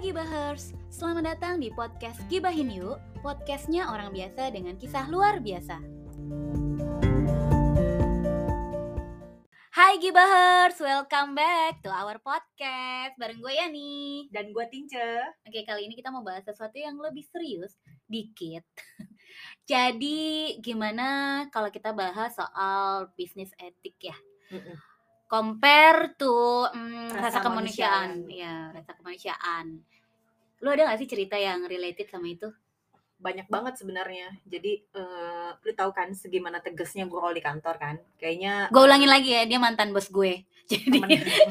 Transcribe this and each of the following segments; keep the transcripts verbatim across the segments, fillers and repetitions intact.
Gibahers, selamat datang di podcast Gibahin Yuk, podcastnya orang biasa dengan kisah luar biasa. Hai Gibahers, welcome back to our podcast. Bareng gue Yani. Dan gue Tince. Oke, kali ini kita mau bahas sesuatu yang lebih serius, dikit. Jadi, gimana kalau kita bahas soal bisnis etik ya? Mm-mm. Compare to mm, rasa, Rasa kemanusiaan. kemanusiaan. Ya, rasa kemanusiaan. Lu ada gak sih cerita yang related sama itu? Banyak banget sebenarnya. Jadi uh, lu tahu kan segimana tegasnya gue kalau di kantor kan. Kayaknya Gue ulangin lagi ya, dia mantan bos gue. Jadi temen,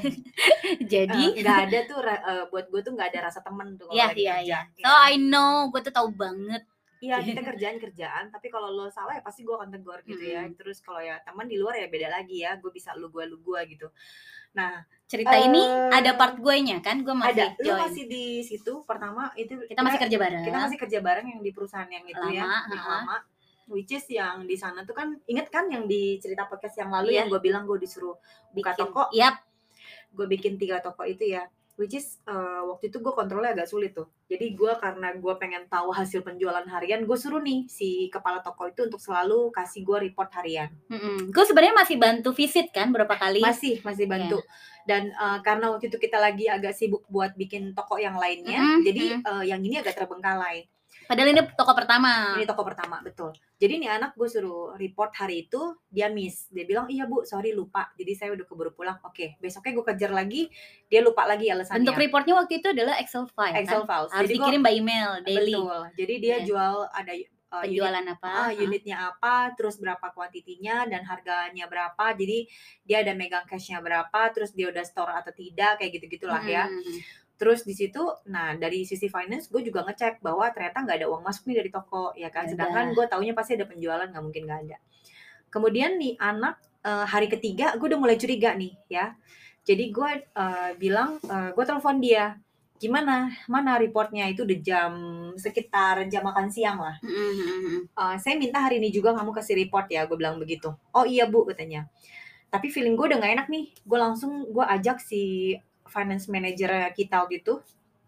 jadi uh, nggak ada tuh uh, buat gue tuh nggak ada rasa temen tuh kalau ya, lagi ya, kerja. ya. So I know, gue tuh tahu banget. Iya, kita kerjaan kerjaan. Tapi kalau lo salah ya pasti gue akan tegur gitu ya. Mm-mm. Terus kalau ya teman di luar ya beda lagi ya. Gue bisa lu gue lu gue gitu. Nah, cerita uh, ini ada part gue-nya kan, gue masih ada. Lu join. masih di situ. Pertama itu Kita masih kerja bareng. Kita masih kerja bareng yang di perusahaan yang itu Lama, ya, yang uh-huh. lama. Which is yang di sana tuh kan, inget kan yang di cerita podcast yang lalu Iya. yang gue bilang gue disuruh buka Bikin. toko. Yap. Gue bikin tiga toko itu ya. Which is uh, waktu itu gue kontrolnya agak sulit tuh. Jadi gue karena gue pengen tahu hasil penjualan harian, gue suruh nih si kepala toko itu untuk selalu kasih gue report harian. Gue sebenarnya masih bantu visit kan berapa kali. Masih masih bantu. Yeah. Dan uh, karena waktu itu kita lagi agak sibuk buat bikin toko yang lainnya, mm-hmm. jadi uh, yang ini agak terbengkalai. Padahal ini toko pertama. Ini toko pertama, betul. Jadi nih anak gue suruh report hari itu, dia miss. Dia bilang, iya bu, sorry lupa. Jadi saya udah keburu pulang. Oke, besoknya gue kejar lagi, dia lupa lagi alasannya. Bentuk reportnya waktu itu adalah Excel file. Excel kan? files. Harus jadi dikirim gua, by email, daily. Betul. Jadi dia yeah. jual, ada uh, penjualan unit, apa, uh, unitnya huh? apa, terus berapa kuantitinya, dan harganya berapa. Jadi dia ada megang cashnya berapa, terus dia udah store atau tidak, kayak gitu-gitulah hmm. ya. Terus di situ, nah dari sisi finance gue juga ngecek bahwa ternyata nggak ada uang masuk nih dari toko, ya kan. Sedangkan gue taunya pasti ada penjualan, nggak mungkin nggak ada. Kemudian nih anak uh, hari ketiga gue udah mulai curiga nih, ya. Jadi gue uh, bilang, uh, gue telepon dia, gimana, mana reportnya, itu udah jam sekitar jam makan siang lah. Uh, saya minta hari ini juga kamu kasih report ya, gue bilang begitu. Oh iya bu, katanya. Tapi feeling gue udah nggak enak nih, gue langsung gue ajak si finance manager kita gitu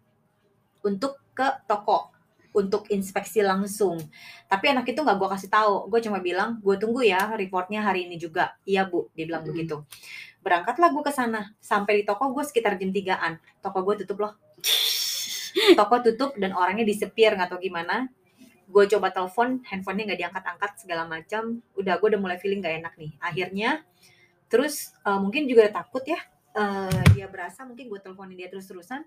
untuk ke toko untuk inspeksi langsung. Tapi anak itu nggak gue kasih tahu, gue cuma bilang gue tunggu ya reportnya hari ini juga. Iya bu, dia bilang mm-hmm. begitu. Berangkatlah gue ke sana. Sampai di toko gue sekitar jam tigaan. Toko gue tutup loh. Toko tutup dan orangnya disepir, nggak tahu gimana. Gue coba telepon, handphonenya nggak diangkat-angkat segala macam. Udah gue udah mulai feeling nggak enak nih. Akhirnya terus uh, mungkin juga takut ya. Uh, dia berasa mungkin gue teleponin dia terus-terusan.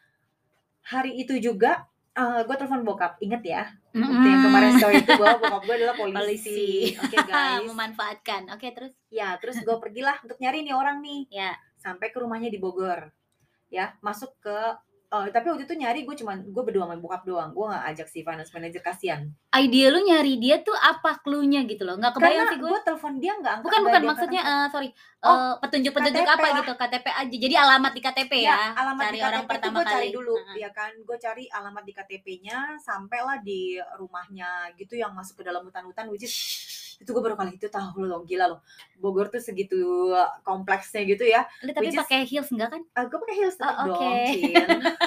Hari itu juga uh, gue telepon bokap, inget ya mm-hmm. waktu yang kemarin story itu bahwa bokap gue adalah polisi, polisi. Oke okay, guys, memanfaatkan. Oke okay, terus ya terus gue pergilah untuk nyari nih orang nih ya. Sampai ke rumahnya di Bogor ya, masuk ke uh, tapi waktu itu nyari gue cuma gue berdua sama bokap doang, gue nggak ajak si finance manager, kasihan. Ide lu nyari dia tuh apa cluenya gitu loh, nggak kebayang karena sih gue. Gue telepon dia nggak angkat. Bukan bukan maksudnya uh, sorry oh, uh, petunjuk-petunjuk apa lah. Gitu K T P aja. Jadi alamat di K T P ya. ya alamat cari di K T P orang pertama gue kali. Cari dulu, uh-huh. ya kan. Gue cari alamat di K T P-nya, sampailah di rumahnya gitu yang masuk ke dalam hutan-hutan, which is itu gue baru kali itu tahu loh, gila loh. Bogor tuh segitu kompleksnya gitu ya. Lu tapi pakai heels enggak kan? Uh, gue pakai heels tetap oh, okay. dong, Cin.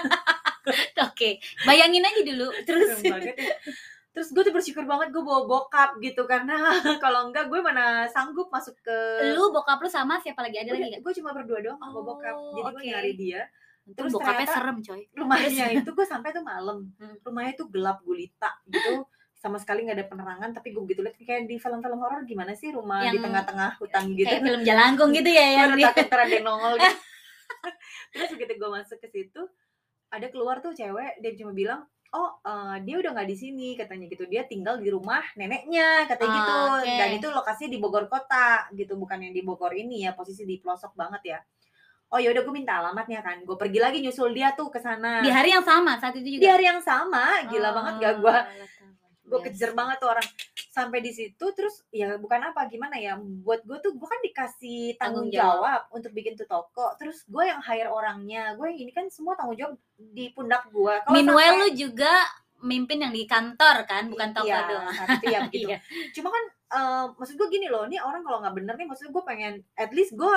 Oke, okay. Bayangin aja dulu. Terus banget ya. Terus gue tuh bersyukur banget gue bawa bokap gitu, karena kalau enggak gue mana sanggup masuk ke. Lu bokap lu sama siapa lagi, ada lagi gak? Gue cuma berdua doang sama oh, bokap. Jadi okay. gue nyari dia. Terus bokapnya serem coy. Rumahnya itu gue sampai tuh malam. Rumahnya tuh gelap gulita gitu. Sama sekali nggak ada penerangan, tapi gue begitu lihat kayak di film-film horor, gimana sih rumah yang di tengah-tengah hutan gitu, kayak film Jalangkung gitu ya, yang dia takut ada yang nongol gitu. Terus begitu gue masuk ke situ, ada keluar tuh cewek, dia cuma bilang, oh uh, dia udah nggak di sini katanya gitu, dia tinggal di rumah neneknya katanya oh, gitu, okay. Dan itu lokasinya di Bogor kota gitu, bukan yang di Bogor ini ya, posisi di pelosok banget ya. Oh ya udah, gue minta alamatnya kan, gue pergi lagi nyusul dia tuh ke sana. Di hari yang sama saat itu juga. Di hari yang sama, gila oh, banget gak gue. Gue yes. kejar banget tuh orang sampai di situ. Terus ya bukan apa gimana ya, buat gue tuh gue kan dikasih tanggung, tanggung jawab. jawab untuk bikin tuh toko, terus gue yang hire orangnya, gue yang ini kan semua tanggung jawab di pundak gue. Meanwhile sampai, lu juga mimpin yang di kantor kan, bukan toko iya, doang. Itu ya begitu. Cuma kan uh, maksud gue gini loh, nih orang kalau nggak bener nih, maksud gue pengen at least gue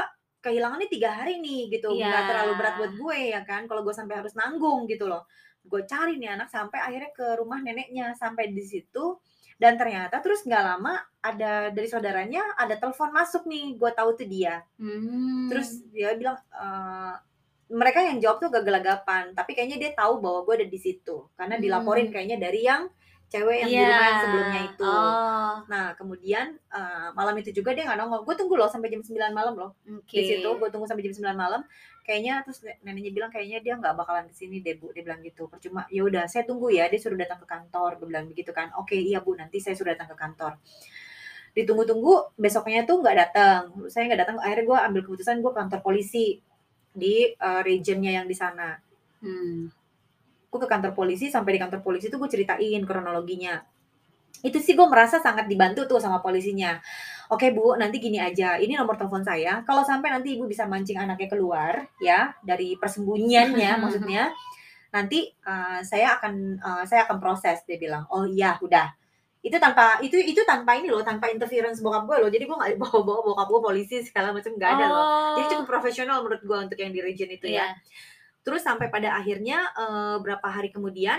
kehilangannya tiga hari nih gitu, Iya. nggak terlalu berat buat gue ya kan, kalau gue sampai harus nanggung gitu loh. Gue cari nih anak sampai akhirnya ke rumah neneknya, sampai di situ dan ternyata terus nggak lama ada dari saudaranya ada telepon masuk nih, gue tahu tuh dia. Terus Mmm. dia bilang, eee, mereka yang jawab tuh agak gelagapan, tapi kayaknya dia tahu bahwa gue ada di situ, karena dilaporin Mmm. kayaknya dari yang cewek yang di Iya, rumah yang sebelumnya itu. oh. Nah kemudian, eee, malam itu juga dia nggak nongol, gue tunggu loh sampai jam sembilan malam loh, di situ Oke. gue tunggu sampai jam sembilan malam, kayaknya terus ne neneknya bilang, "Kayaknya dia nggak bakalan ke sini deh Bu," dia bilang gitu, "percuma ya udah saya tunggu ya, dia suruh datang ke kantor," gue bilang begitu kan, "Oke iya Bu, nanti saya suruh datang ke kantor." Ditunggu-tunggu besoknya tuh nggak datang, saya nggak datang, akhirnya gue ambil keputusan gue ke kantor polisi di, eee, region-nya yang di sana. Mmm. Gue ke kantor polisi, sampai di kantor polisi tuh gue ceritain kronologinya. Itu sih gue merasa sangat dibantu tuh sama polisinya. "Oke Bu, nanti gini aja, ini nomor telepon saya, kalau sampai nanti Ibu bisa mancing anaknya keluar ya, dari persembunyiannya maksudnya, nanti, eee, saya akan eee, saya akan proses," dia bilang. "Oh iya, udah." Itu tanpa itu itu tanpa ini loh, tanpa interference bokap gue loh, jadi gue nggak bawa-bawa bokap gue polisi segala macam, nggak ada loh. Jadi Oh. cukup profesional menurut gue untuk yang di region itu ya. Iya. Terus sampai pada akhirnya, eee, berapa hari kemudian,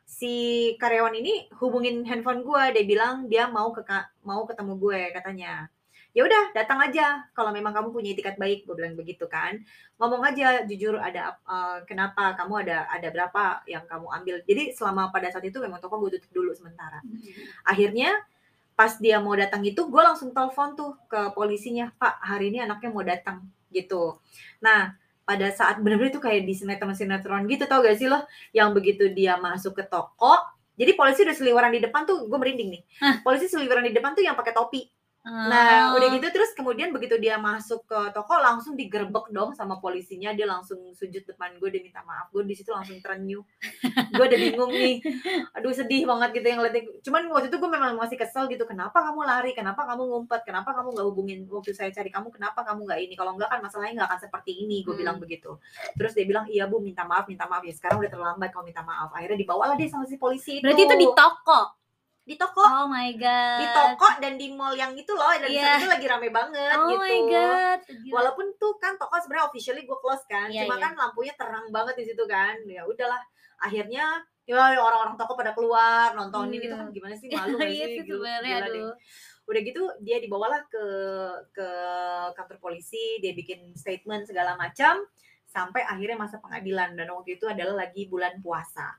si karyawan ini hubungin handphone gue, dia bilang dia mau ke ka mau ketemu gue katanya. "Ya udah datang aja kalau memang kamu punya itikat baik," gue bilang begitu kan. "Ngomong aja jujur ada ap eee, kenapa, kamu ada ada berapa yang kamu ambil." Jadi selama pada saat itu memang toko gue tutup dulu sementara. Mhm. Akhirnya pas dia mau datang itu, gue langsung telepon tuh ke polisinya, "Pak, hari ini anaknya mau datang," gitu. Nah, pada saat bener-bener itu kayak di sinetron-sinetron gitu, tahu nggak sih lo, yang begitu dia masuk ke toko, jadi polisi udah seliweran di depan tuh, gue merinding nih. Hah. Polisi seliweran di depan tuh yang pakai topi. Nah, udah Oh. gitu terus kemudian begitu dia masuk ke toko langsung digerebek dong sama polisinya, dia langsung sujud depan gue, dia minta maaf. Gue di situ langsung terenyuh. Gue udah bingung nih, aduh sedih banget gitu yang ngeliatin. Cuman waktu itu gue memang masih kesel gitu, "Kenapa kamu lari? Kenapa kamu ngumpet? Kenapa kamu nggak hubungin waktu saya cari kamu, kenapa kamu nggak ini? Kalau enggak kan masalahnya nggak akan seperti ini," gue bilang Mmm. begitu. Terus dia bilang, "Iya Bu, minta maaf minta maaf." Ya sekarang udah terlambat kalau minta maaf. Akhirnya dibawalah dia sama si polisi itu. Berarti itu di toko? Di toko. Oh my Di god. toko dan di mall yang itu loh, dan di Iya. saat itu lagi rame banget Oh my gitu. god, gila. Walaupun tuh kan toko sebenarnya officially gue close kan, Iya cuma iya. kan lampunya terang banget di situ kan. Ya udahlah, akhirnya ya orang-orang toko pada keluar, nontonin itu kan Mmm. gimana sih, malu nggak Iya sih? sih Gil sebenarnya, gila deh. aduh. Udah gitu dia dibawalah ke ke kantor polisi, dia bikin statement segala macam, sampai akhirnya masa pengadilan dan waktu itu adalah lagi bulan puasa.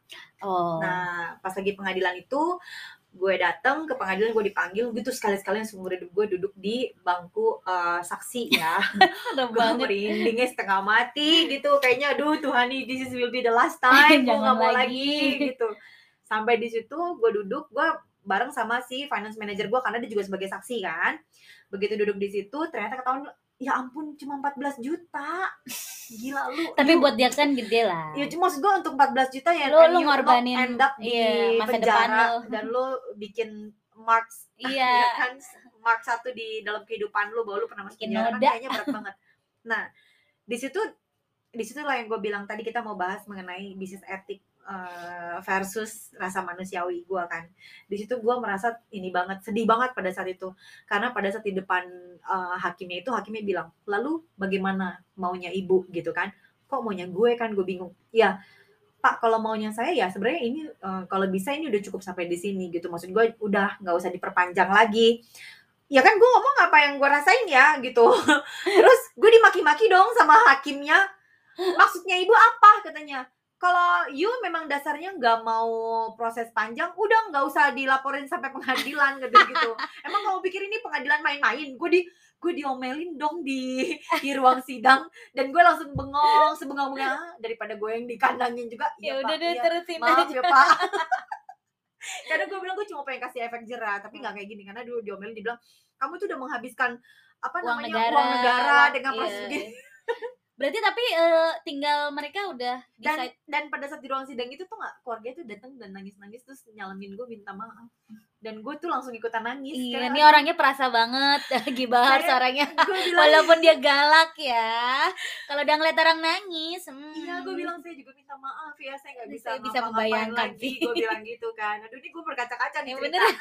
Oh. Nah, pas lagi pengadilan itu, gue dateng ke pengadilan, gue dipanggil gitu sekali-sekalian seumur hidup gue duduk di bangku, eee, saksi ya. Serem Gue banget. merindingnya setengah mati gitu, kayaknya, "Aduh Tuhan nih, this is will be the last time, gue Jangan nggak mau lagi," lagi. gitu. Sampai di situ gue duduk, gue bareng sama si finance manager gue karena dia juga sebagai saksi kan. Begitu duduk di situ ternyata ketahuan, ya ampun cuma empat belas juta. Gila lu, Tapi you buat dia kan gede lah. ya cuma maksud gue untuk empat belas juta ya Lu and lu you not ngorbanin end up iya, di masa depan penjara lu. dan lu bikin marks Iya. ya kan, mark satu di dalam kehidupan lu bahwa lu pernah masuk Bikin penjara kan noda. kayaknya berat banget. Nah, di situ di situlah yang gue bilang tadi kita mau bahas mengenai bisnis etik, eee, versus rasa manusiawi gue kan. Di situ gue merasa ini banget, sedih banget pada saat itu. Karena pada saat di depan, eee, hakimnya itu, hakimnya bilang, "Lalu bagaimana maunya Ibu?" Gitu kan. "Kok maunya gue?" Kan gue bingung. "Ya Pak, kalau maunya saya ya sebenarnya ini, eee, kalau bisa ini udah cukup sampai di sini," gitu. Maksud gue udah nggak usah diperpanjang lagi. Ya kan gue ngomong apa yang gue rasain ya gitu. Terus gue dimaki-maki dong sama hakimnya, "Maksudnya Ibu apa?" Katanya. "Kalau you memang dasarnya nggak mau proses panjang, udah nggak usah dilaporin sampai pengadilan," katanya gitu. "Emang kamu pikir ini pengadilan main-main?" Gue di gue diomelin dong di di ruang sidang dan gue langsung bengong, sebengong-bengongnya daripada gue yang dikandangin juga. Ya "Iya udah Pak, deh iya, terusin maaf aja. ya Pak." Karena gue bilang gue cuma pengen kasih efek jerah, tapi nggak kayak gini karena dulu diomelin dibilang, "Kamu tuh udah menghabiskan apa Uang namanya, negara, uang negara wak dengan proses iya begini." iya. Berarti tapi, eee, tinggal mereka udah Dan decide dan pada saat di ruang sidang itu tuh nggak keluarganya tuh datang dan nangis-nangis terus nyalamin gue minta maaf. dan gue tuh langsung ikutan nangis. Iya, Karena ini orangnya perasa banget Gibahar suaranya. bilang, Walaupun dia galak ya, kalau udah ngeliat orang nangis, hmm. Iya, gue bilang saya juga minta maaf ya, saya nggak bisa saya bisa ngapa-ngapain membayangkan lagi. sih. Gue bilang gitu kan. Aduh, ini gue berkaca-kaca nih Ya cerita. bener.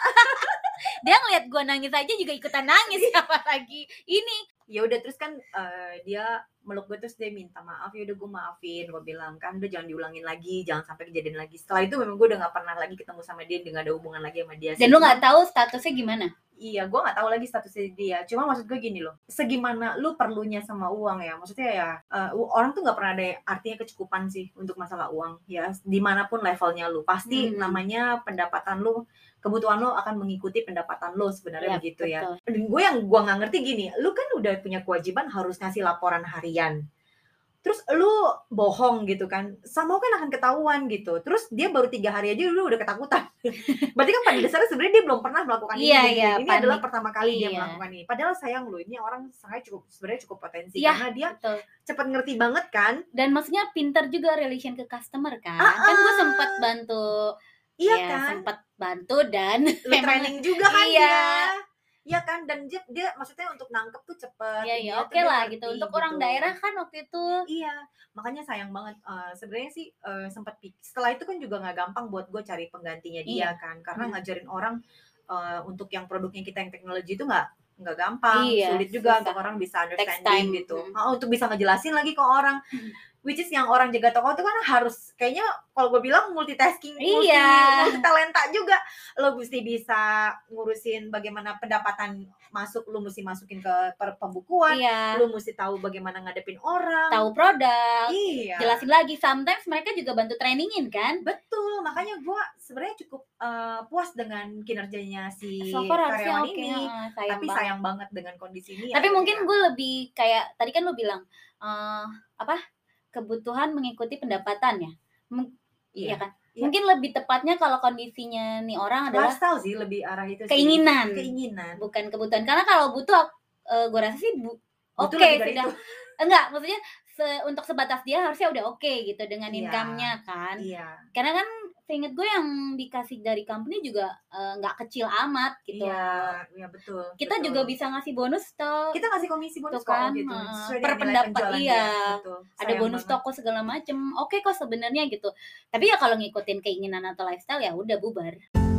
Dia ngeliat gue nangis aja juga ikutan nangis, apalagi ini. Ya udah, terus kan uh, dia meluk gue, terus dia minta maaf. Ya udah, gue maafin, gue bilang kan udah jangan diulangin lagi, jangan sampai kejadian lagi. Setelah itu memang gue udah nggak pernah lagi ketemu sama dia, nggak ada hubungan lagi sama dia. Dan lu nggak tahu statusnya gimana? Iya, gue nggak tahu lagi statusnya dia. Cuma maksud gue gini loh, segimana lu perlunya sama uang ya, maksudnya ya uh, orang tuh nggak pernah ada artinya kecukupan sih untuk masalah uang ya. Dimanapun levelnya lu, pasti hmm. namanya pendapatan lu, kebutuhan lo akan mengikuti pendapatan lo sebenarnya, ya, begitu betul. Ya. Dan gue yang gue nggak ngerti gini, lu kan udah punya kewajiban harus ngasih laporan harian, terus lu bohong gitu kan, sama kan akan ketahuan gitu. Terus dia baru tiga hari aja lu udah ketakutan. Berarti kan pada dasarnya sebenarnya dia belum pernah melakukan iya, ini. Iya, ini panik. Adalah pertama kali iya. dia melakukan ini. Padahal sayang lo, ini orang sangat cukup sebenarnya cukup potensi ya, karena dia betul. Cepet ngerti banget kan. Dan maksudnya pinter juga relation ke customer kan. Ah, kan gue sempat bantu. Iya ya, kan. Sempat bantu dan lu training juga kan iya. dia. Iya kan, dan dia, dia maksudnya untuk nangkep tuh cepet. Iya, ya, oke okay lah gitu. Untuk gitu. Orang daerah kan waktu itu. Iya, makanya sayang banget. Uh, sebenarnya sih uh, sempat setelah itu kan juga nggak gampang buat gue cari penggantinya dia iya. kan, karena hmm. ngajarin orang uh, untuk yang produknya kita yang teknologi itu nggak nggak gampang, iya, sulit juga susah. Untuk orang bisa understanding gitu. Hmm. Uh, untuk bisa ngejelasin lagi ke orang. Hmm. Which is yang orang jaga toko itu kan harus kayaknya kalau gue bilang multitasking, iya. multi, multi talenta juga. Lo mesti bisa ngurusin bagaimana pendapatan masuk, lo mesti masukin ke pembukuan, iya. Lo mesti tahu bagaimana ngadepin orang, tahu produk, iya. Jelasin lagi. Sometimes mereka juga bantu trainingin kan. Betul, makanya gue sebenarnya cukup uh, puas dengan kinerjanya si so karyawan okay. ini, uh, sayang tapi banget. sayang banget dengan kondisi ini. Tapi mungkin gue lebih kayak tadi kan lo bilang uh, apa? Kebutuhan mengikuti pendapatan ya, M- iya kan? Iya. Mungkin lebih tepatnya kalau kondisinya nih orang adalah lifestyle sih, lebih arah itu keinginan, sih. Keinginan, bukan kebutuhan. Karena kalau butuh, uh, gue rasa sih bu- oke okay, sudah. Enggak, maksudnya se- untuk sebatas dia harusnya udah oke okay, gitu dengan iya. income-nya kan. Iya. Karena kan seinget gue yang dikasih dari company juga nggak uh, kecil amat gitu. Iya, iya betul. Kita betul. juga bisa ngasih bonus toh. Kita ngasih komisi bonus kok kan, gitu. Uh, per pendapat iya. Betul. Ada bonus banget. Toko segala macem. Oke okay kok sebenarnya gitu. Tapi ya kalau ngikutin keinginan atau lifestyle ya udah bubar.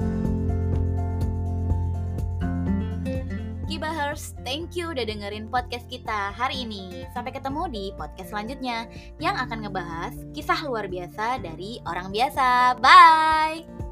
Gibahers, thank you udah dengerin podcast kita hari ini. Sampai ketemu di podcast selanjutnya yang akan ngebahas kisah luar biasa dari orang biasa. Bye!